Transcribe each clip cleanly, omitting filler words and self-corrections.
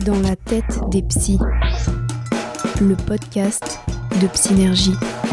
Dans la tête des psys, le podcast de Psynergie.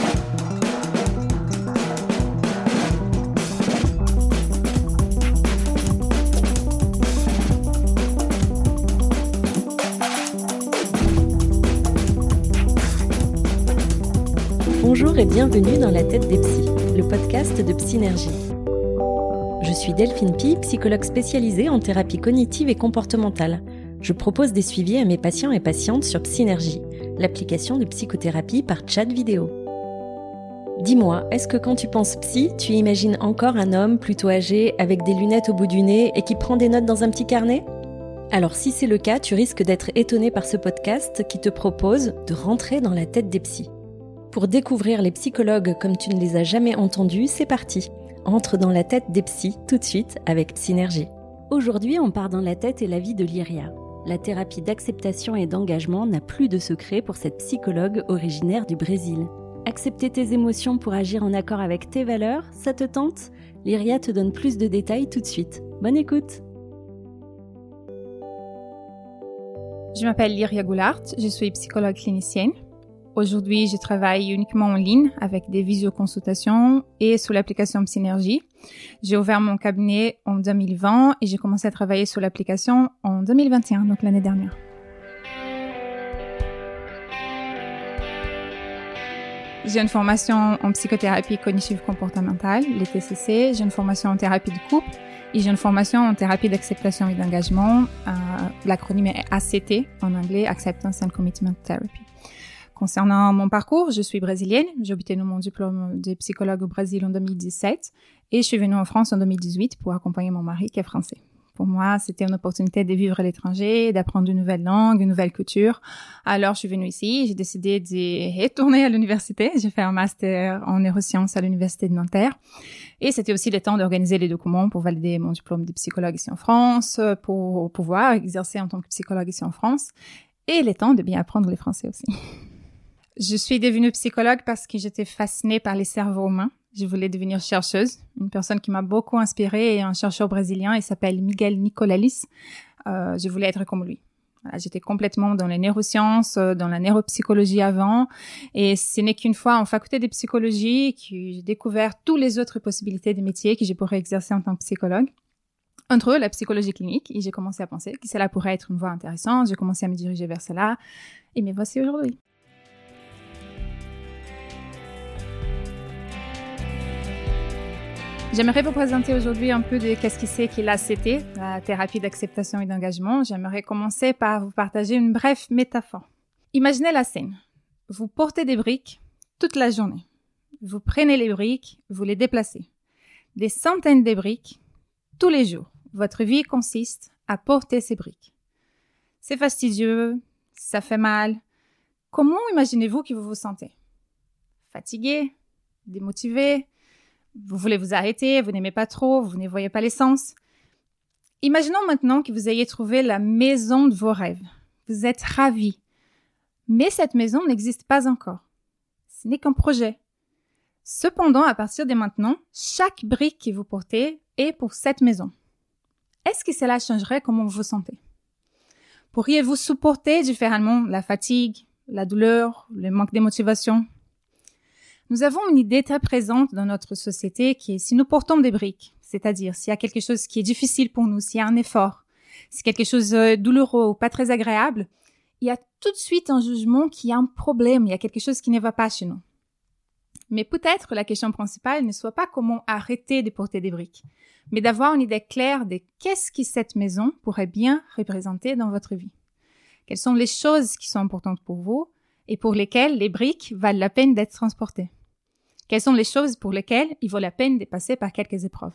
Bonjour et bienvenue dans la tête des psys, le podcast de Psynergie. Je suis Delphine Pi, psychologue spécialisée en thérapie cognitive et comportementale. Je propose des suivis à mes patients et patientes sur Psynergie, l'application de psychothérapie par chat vidéo. Dis-moi, est-ce que quand tu penses psy, tu imagines encore un homme plutôt âgé avec des lunettes au bout du nez et qui prend des notes dans un petit carnet ? Alors si c'est le cas, tu risques d'être étonné par ce podcast qui te propose de rentrer dans la tête des psys. Pour découvrir les psychologues comme tu ne les as jamais entendus, c'est parti. Entre dans la tête des psys tout de suite avec Psynergie. Aujourd'hui, on part dans la tête et la vie de Lyria. La thérapie d'acceptation et d'engagement n'a plus de secret pour cette psychologue originaire du Brésil. Accepter tes émotions pour agir en accord avec tes valeurs, ça te tente ? Lyria te donne plus de détails tout de suite. Bonne écoute. Je m'appelle Lyria Goulart, je suis psychologue clinicienne. Aujourd'hui, je travaille uniquement en ligne avec des visioconsultations et sous l'application Psynergie. J'ai ouvert mon cabinet en 2020 et j'ai commencé à travailler sur l'application en 2021, donc l'année dernière. J'ai une formation en psychothérapie cognitive comportementale, les TCC. J'ai une formation en thérapie de couple et j'ai une formation en thérapie d'acceptation et d'engagement. L'acronyme est ACT en anglais, Acceptance and Commitment Therapy. Concernant mon parcours, je suis brésilienne. J'ai obtenu mon diplôme de psychologue au Brésil en 2017 et je suis venue en France en 2018 pour accompagner mon mari qui est français. Pour moi, c'était une opportunité de vivre à l'étranger, d'apprendre une nouvelle langue, une nouvelle culture. Alors, je suis venue ici, j'ai décidé de retourner à l'université. J'ai fait un master en neurosciences à l'université de Nanterre. Et c'était aussi le temps d'organiser les documents pour valider mon diplôme de psychologue ici en France, pour pouvoir exercer en tant que psychologue ici en France. Et le temps de bien apprendre le français aussi. Je suis devenue psychologue parce que j'étais fascinée par les cerveaux humains. Je voulais devenir chercheuse. Une personne qui m'a beaucoup inspirée est un chercheur brésilien, il s'appelle Miguel Nicolalis. Je voulais être comme lui. Voilà, j'étais complètement dans les neurosciences, dans la neuropsychologie avant. Et ce n'est qu'une fois en faculté de psychologie que j'ai découvert toutes les autres possibilités de métiers que je pourrais exercer en tant que psychologue. Entre eux, la psychologie clinique. Et j'ai commencé à penser que cela pourrait être une voie intéressante. J'ai commencé à me diriger vers cela. Et me voici aujourd'hui. J'aimerais vous présenter aujourd'hui un peu de qu'est-ce que c'est l'ACT, la thérapie d'acceptation et d'engagement. J'aimerais commencer par vous partager une brève métaphore. Imaginez la scène. Vous portez des briques toute la journée. Vous prenez les briques, vous les déplacez. Des centaines de briques tous les jours. Votre vie consiste à porter ces briques. C'est fastidieux, ça fait mal. Comment imaginez-vous que vous vous sentez ? Fatigué, démotivé ? Vous voulez vous arrêter, vous n'aimez pas trop, vous ne voyez pas l'essence. Imaginons maintenant que vous ayez trouvé la maison de vos rêves. Vous êtes ravis. Mais cette maison n'existe pas encore. Ce n'est qu'un projet. Cependant, à partir de maintenant, chaque brique que vous portez est pour cette maison. Est-ce que cela changerait comment vous vous sentez ? Pourriez-vous supporter différemment la fatigue, la douleur, le manque de motivation ? Nous avons une idée très présente dans notre société qui est si nous portons des briques, c'est-à-dire s'il y a quelque chose qui est difficile pour nous, s'il y a un effort, si quelque chose de douloureux ou pas très agréable, il y a tout de suite un jugement qu'il y a un problème, il y a quelque chose qui ne va pas chez nous. Mais peut-être la question principale ne soit pas comment arrêter de porter des briques, mais d'avoir une idée claire de qu'est-ce que cette maison pourrait bien représenter dans votre vie. Quelles sont les choses qui sont importantes pour vous et pour lesquelles les briques valent la peine d'être transportées. Quelles sont les choses pour lesquelles il vaut la peine de passer par quelques épreuves.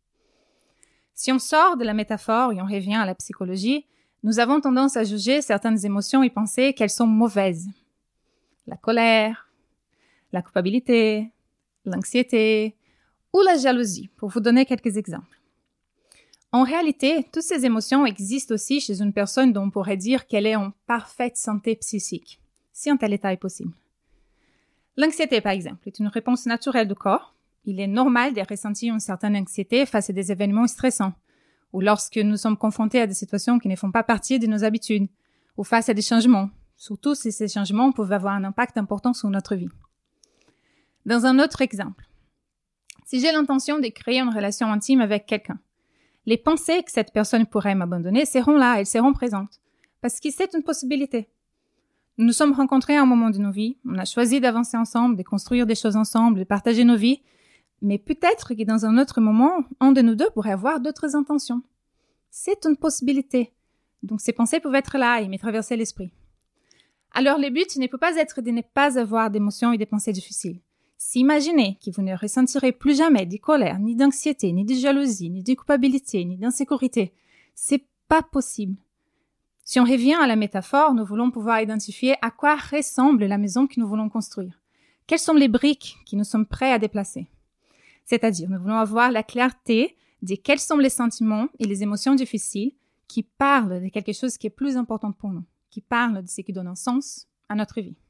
Si on sort de la métaphore et on revient à la psychologie, nous avons tendance à juger certaines émotions et penser qu'elles sont mauvaises. La colère, la culpabilité, l'anxiété ou la jalousie, pour vous donner quelques exemples. En réalité, toutes ces émotions existent aussi chez une personne dont on pourrait dire qu'elle est en parfaite santé psychique, si un tel état est possible. L'anxiété, par exemple, est une réponse naturelle du corps. Il est normal de ressentir une certaine anxiété face à des événements stressants, ou lorsque nous sommes confrontés à des situations qui ne font pas partie de nos habitudes, ou face à des changements, surtout si ces changements peuvent avoir un impact important sur notre vie. Dans un autre exemple, si j'ai l'intention de créer une relation intime avec quelqu'un, les pensées que cette personne pourrait m'abandonner seront là, elles seront présentes, parce que c'est une possibilité. Nous nous sommes rencontrés à un moment de nos vies, on a choisi d'avancer ensemble, de construire des choses ensemble, de partager nos vies, mais peut-être que dans un autre moment, un de nous deux pourrait avoir d'autres intentions. C'est une possibilité. Donc ces pensées peuvent être là et me traverser l'esprit. Alors le but ne peut pas être de ne pas avoir d'émotions et de pensées difficiles. S'imaginer que vous ne ressentirez plus jamais de colère, ni d'anxiété, ni de jalousie, ni de culpabilité, ni d'insécurité, c'est pas possible. Si on revient à la métaphore, nous voulons pouvoir identifier à quoi ressemble la maison que nous voulons construire. Quelles sont les briques que nous sommes prêts à déplacer? C'est-à-dire, nous voulons avoir la clarté de quels sont les sentiments et les émotions difficiles qui parlent de quelque chose qui est plus important pour nous, qui parlent de ce qui donne un sens à notre vie.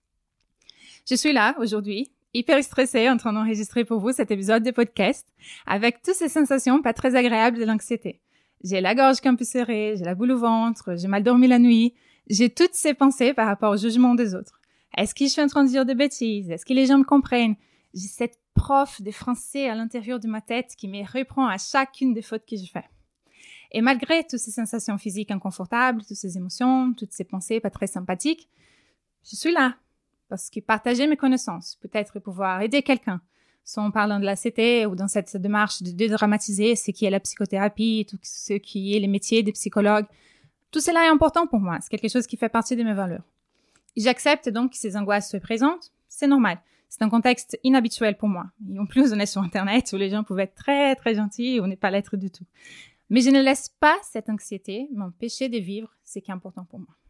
Je suis là aujourd'hui, hyper stressée en train d'enregistrer pour vous cet épisode de podcast avec toutes ces sensations pas très agréables de l'anxiété. J'ai la gorge qui est un peu serrée, j'ai la boule au ventre, j'ai mal dormi la nuit, j'ai toutes ces pensées par rapport au jugement des autres. Est-ce que je suis en train de dire des bêtises? Est-ce que les gens me comprennent? J'ai cette prof de français à l'intérieur de ma tête qui me reprend à chacune des fautes que je fais. Et malgré toutes ces sensations physiques inconfortables, toutes ces émotions, toutes ces pensées pas très sympathiques, je suis là. Parce que partager mes connaissances, peut-être pouvoir aider quelqu'un, soit en parlant de l'ACT ou dans cette démarche de dédramatiser ce qui est la psychothérapie, tout ce qui est les métiers des psychologues, tout cela est important pour moi. C'est quelque chose qui fait partie de mes valeurs. J'accepte donc que ces angoisses soient présentes, c'est normal. C'est un contexte inhabituel pour moi. Et en plus, on est sur Internet où les gens peuvent être très, très gentils et on n'est pas l'être du tout. Mais je ne laisse pas cette anxiété m'empêcher de vivre ce qui est important pour moi.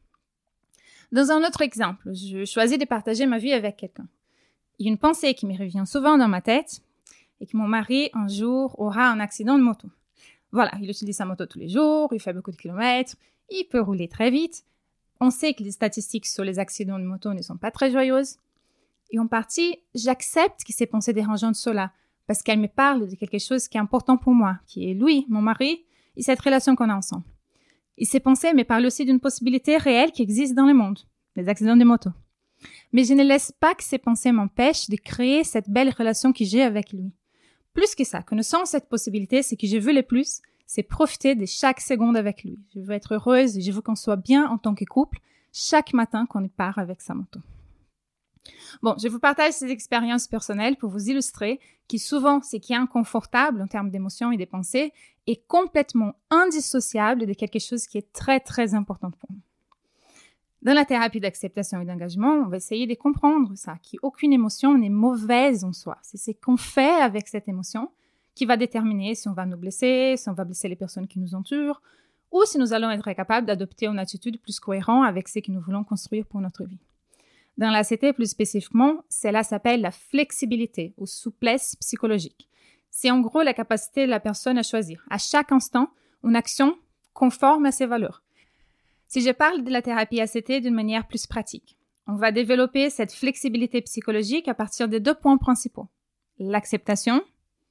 Dans un autre exemple, je choisis de partager ma vie avec quelqu'un. Il y a une pensée qui me revient souvent dans ma tête et que mon mari, un jour, aura un accident de moto. Voilà, il utilise sa moto tous les jours, il fait beaucoup de kilomètres, il peut rouler très vite. On sait que les statistiques sur les accidents de moto ne sont pas très joyeuses. Et en partie, j'accepte que ces pensées dérangeantes soient là parce qu'elles me parlent de quelque chose qui est important pour moi, qui est lui, mon mari, et cette relation qu'on a ensemble. Et ces pensées me parlent aussi d'une possibilité réelle qui existe dans le monde, les accidents de moto. Mais je ne laisse pas que ces pensées m'empêchent de créer cette belle relation que j'ai avec lui. Plus que ça, connaissant cette possibilité, ce que je veux le plus, c'est profiter de chaque seconde avec lui. Je veux être heureuse et je veux qu'on soit bien en tant que couple chaque matin qu'on part avec sa moto. Bon, je vous partage ces expériences personnelles pour vous illustrer que souvent, ce qui est inconfortable en termes d'émotions et de pensées est complètement indissociable de quelque chose qui est très, très important pour nous. Dans la thérapie d'acceptation et d'engagement, on va essayer de comprendre ça, qu'aucune émotion n'est mauvaise en soi. C'est ce qu'on fait avec cette émotion qui va déterminer si on va nous blesser, si on va blesser les personnes qui nous entourent, ou si nous allons être capables d'adopter une attitude plus cohérente avec ce que nous voulons construire pour notre vie. Dans l'ACT, plus spécifiquement, cela s'appelle la flexibilité ou souplesse psychologique. C'est en gros la capacité de la personne à choisir, à chaque instant, une action conforme à ses valeurs. Si je parle de la thérapie ACT d'une manière plus pratique, on va développer cette flexibilité psychologique à partir de 2 points principaux. L'acceptation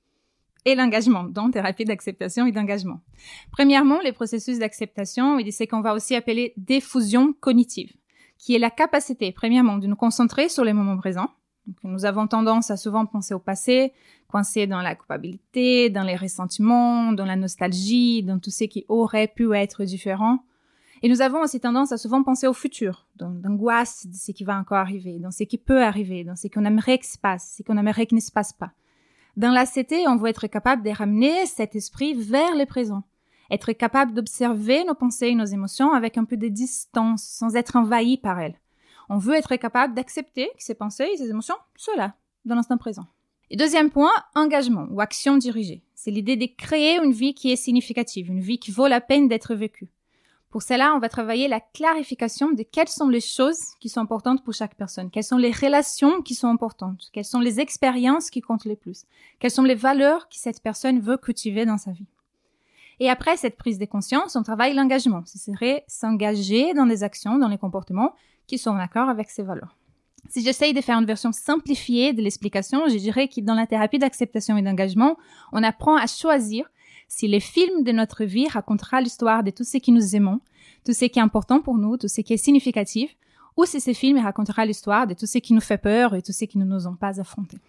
et l'engagement, donc thérapie d'acceptation et d'engagement. Premièrement, les processus d'acceptation et de ce qu'on va aussi appeler diffusion cognitive, qui est la capacité, premièrement, de nous concentrer sur les moments présents. Donc, nous avons tendance à souvent penser au passé, coincé dans la culpabilité, dans les ressentiments, dans la nostalgie, dans tout ce qui aurait pu être différent. Et nous avons aussi tendance à souvent penser au futur, dans l'angoisse de ce qui va encore arriver, dans ce qui peut arriver, dans ce qu'on aimerait que se passe, ce qu'on aimerait que ne se passe pas. Dans l'ACT, on veut être capable de ramener cet esprit vers le présent. Être capable d'observer nos pensées et nos émotions avec un peu de distance, sans être envahi par elles. On veut être capable d'accepter que ces pensées et ces émotions soient là, dans l'instant présent. Et deuxième point, engagement ou action dirigée. C'est l'idée de créer une vie qui est significative, une vie qui vaut la peine d'être vécue. Pour cela, on va travailler la clarification de quelles sont les choses qui sont importantes pour chaque personne, quelles sont les relations qui sont importantes, quelles sont les expériences qui comptent le plus, quelles sont les valeurs que cette personne veut cultiver dans sa vie. Et après cette prise de conscience, on travaille l'engagement. Ce serait s'engager dans des actions, dans les comportements qui sont en accord avec ses valeurs. Si j'essaye de faire une version simplifiée de l'explication, je dirais que dans la thérapie d'acceptation et d'engagement, on apprend à choisir si les films de notre vie racontera l'histoire de tout ce que nous aimons, tout ce qui est important pour nous, tout ce qui est significatif, ou si ces films racontera l'histoire de tout ce qui nous fait peur et tout ce qui nous n'osons pas affronter.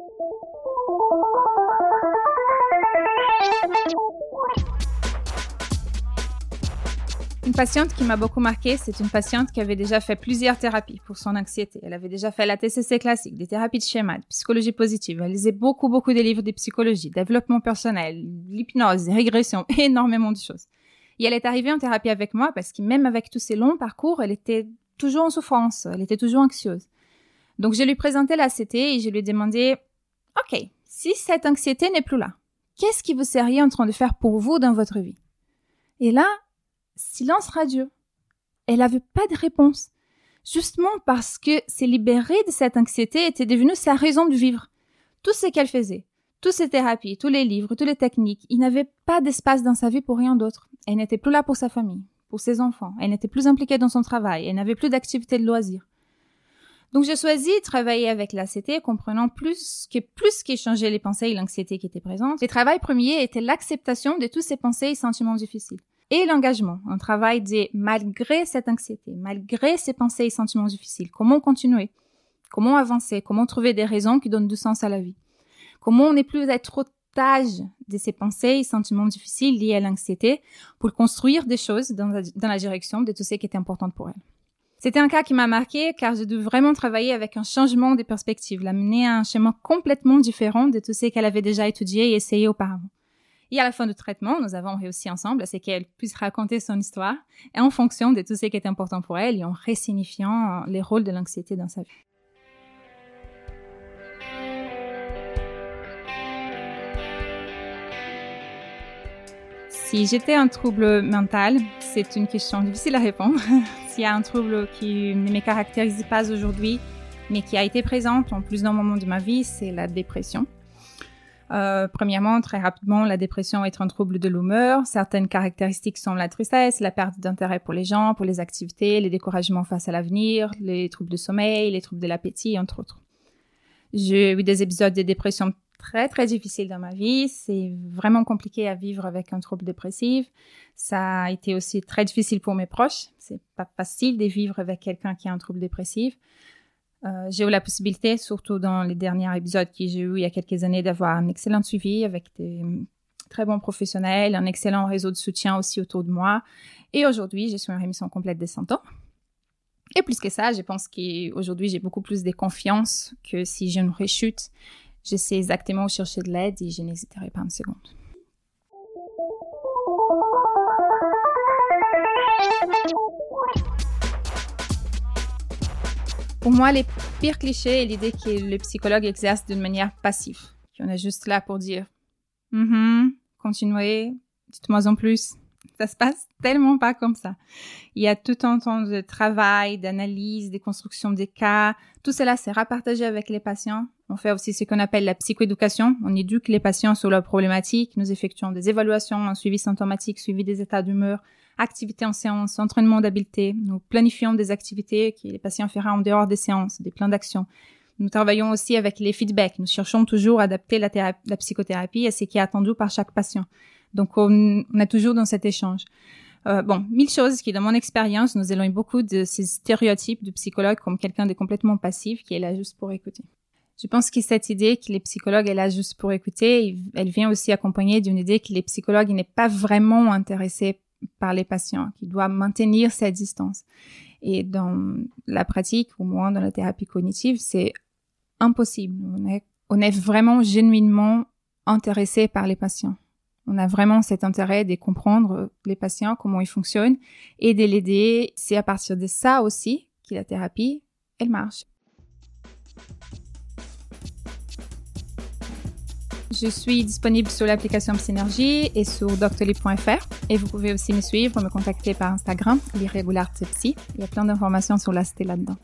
Une patiente qui m'a beaucoup marquée, c'est une patiente qui avait déjà fait plusieurs thérapies pour son anxiété. Elle avait déjà fait la TCC classique, des thérapies de schéma, de psychologie positive. Elle lisait beaucoup de livres de psychologie, développement personnel, l'hypnose, régression, énormément de choses. Et elle est arrivée en thérapie avec moi parce que même avec tous ces longs parcours, elle était toujours en souffrance, elle était toujours anxieuse. Donc je lui présentais l'ACT et je lui ai demandé, OK, si cette anxiété n'est plus là, qu'est-ce que vous seriez en train de faire pour vous dans votre vie? Et là, silence radieux. Elle n'avait pas de réponse. Justement parce que se libérer de cette anxiété était devenu sa raison de vivre. Tout ce qu'elle faisait, toutes ses thérapies, tous les livres, toutes les techniques, il n'avait pas d'espace dans sa vie pour rien d'autre. Elle n'était plus là pour sa famille, pour ses enfants. Elle n'était plus impliquée dans son travail. Elle n'avait plus d'activité de loisirs. Donc, j'ai choisi de travailler avec l'ACT, comprenant plus que changer les pensées et l'anxiété qui étaient présentes. Le travail premier était l'acceptation de tous ces pensées et sentiments difficiles. Et l'engagement, un travail de malgré cette anxiété, malgré ces pensées et sentiments difficiles, comment continuer, comment avancer, comment trouver des raisons qui donnent du sens à la vie, comment ne plus être otage de ces pensées et sentiments difficiles liés à l'anxiété pour construire des choses dans la direction de tout ce qui était important pour elle. C'était un cas qui m'a marqué car j'ai dû vraiment travailler avec un changement de perspective, l'amener à un schéma complètement différent de tout ce qu'elle avait déjà étudié et essayé auparavant. Et à la fin du traitement, nous avons réussi ensemble à ce qu'elle puisse raconter son histoire et en fonction de tout ce qui est important pour elle et en ressignifiant les rôles de l'anxiété dans sa vie. Si j'étais un trouble mental, c'est une question difficile à répondre. S'il y a un trouble qui ne me caractérise pas aujourd'hui, mais qui a été présent en plusieurs moments de ma vie, c'est la dépression. Premièrement, très rapidement, la dépression est un trouble de l'humeur. Certaines caractéristiques sont la tristesse, la perte d'intérêt pour les gens, pour les activités, les découragements face à l'avenir, les troubles de sommeil, les troubles de l'appétit, entre autres. J'ai eu des épisodes de dépression très, très difficiles dans ma vie. C'est vraiment compliqué à vivre avec un trouble dépressif. Ça a été aussi très difficile pour mes proches. C'est pas facile de vivre avec quelqu'un qui a un trouble dépressif. J'ai eu la possibilité, surtout dans les derniers épisodes que j'ai eu il y a quelques années, d'avoir un excellent suivi avec des très bons professionnels, un excellent réseau de soutien aussi autour de moi. Et aujourd'hui, je suis en rémission complète des symptômes. Et plus que ça, je pense qu'aujourd'hui, j'ai beaucoup plus de confiance que si j'ai une rechute. Je sais exactement où chercher de l'aide et je n'hésiterai pas une seconde. Pour moi, les pires clichés est l'idée que le psychologue exerce d'une manière passive. Qu'on est juste là pour dire « continuez, dites-moi en plus ». Ça se passe tellement pas comme ça. Il y a tout un temps de travail, d'analyse, de construction des cas. Tout cela sera partagé avec les patients. On fait aussi ce qu'on appelle la psychoéducation. On éduque les patients sur leurs problématiques. Nous effectuons des évaluations, un suivi symptomatique, suivi des états d'humeur, activités en séance, entraînement d'habileté. Nous planifions des activités que les patients feront en dehors des séances, des plans d'action. Nous travaillons aussi avec les feedbacks. Nous cherchons toujours à adapter la psychothérapie à ce qui est attendu par chaque patient. Donc, on est toujours dans cet échange. 1000 choses qui, dans mon expérience, nous éloignent beaucoup de ces stéréotypes du psychologue comme quelqu'un de complètement passif qui est là juste pour écouter. Je pense que cette idée que les psychologues est là juste pour écouter, elle vient aussi accompagnée d'une idée que les psychologues n'est pas vraiment intéressés par les patients, qu'ils doivent maintenir cette distance. Et dans la pratique, au moins dans la thérapie cognitive, c'est impossible. On est vraiment genuinement intéressé par les patients. On a vraiment cet intérêt de comprendre les patients, comment ils fonctionnent et de l'aider. C'est à partir de ça aussi que la thérapie, elle marche. Je suis disponible sur l'application Psynergie et sur doctolib.fr et vous pouvez aussi me suivre, me contacter par Instagram, l'irrégularité-psy. Il y a plein d'informations sur l'ACT là-dedans.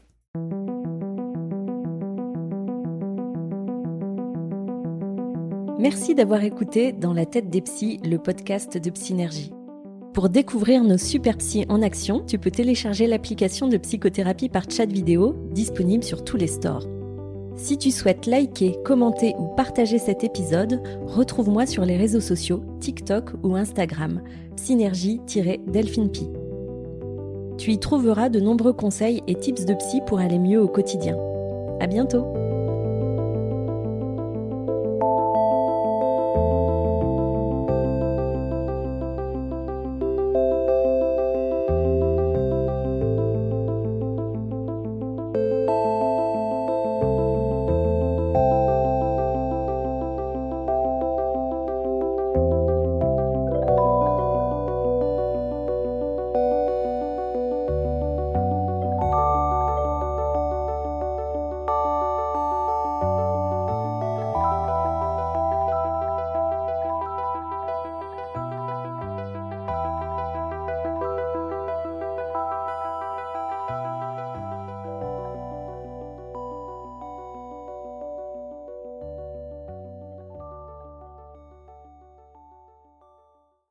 Merci d'avoir écouté Dans la tête des psys, le podcast de Psynergie. Pour découvrir nos super psys en action, tu peux télécharger l'application de psychothérapie par chat vidéo, disponible sur tous les stores. Si tu souhaites liker, commenter ou partager cet épisode, retrouve-moi sur les réseaux sociaux, TikTok ou Instagram, synergie-delphinepi. Tu y trouveras de nombreux conseils et tips de psy pour aller mieux au quotidien. À bientôt!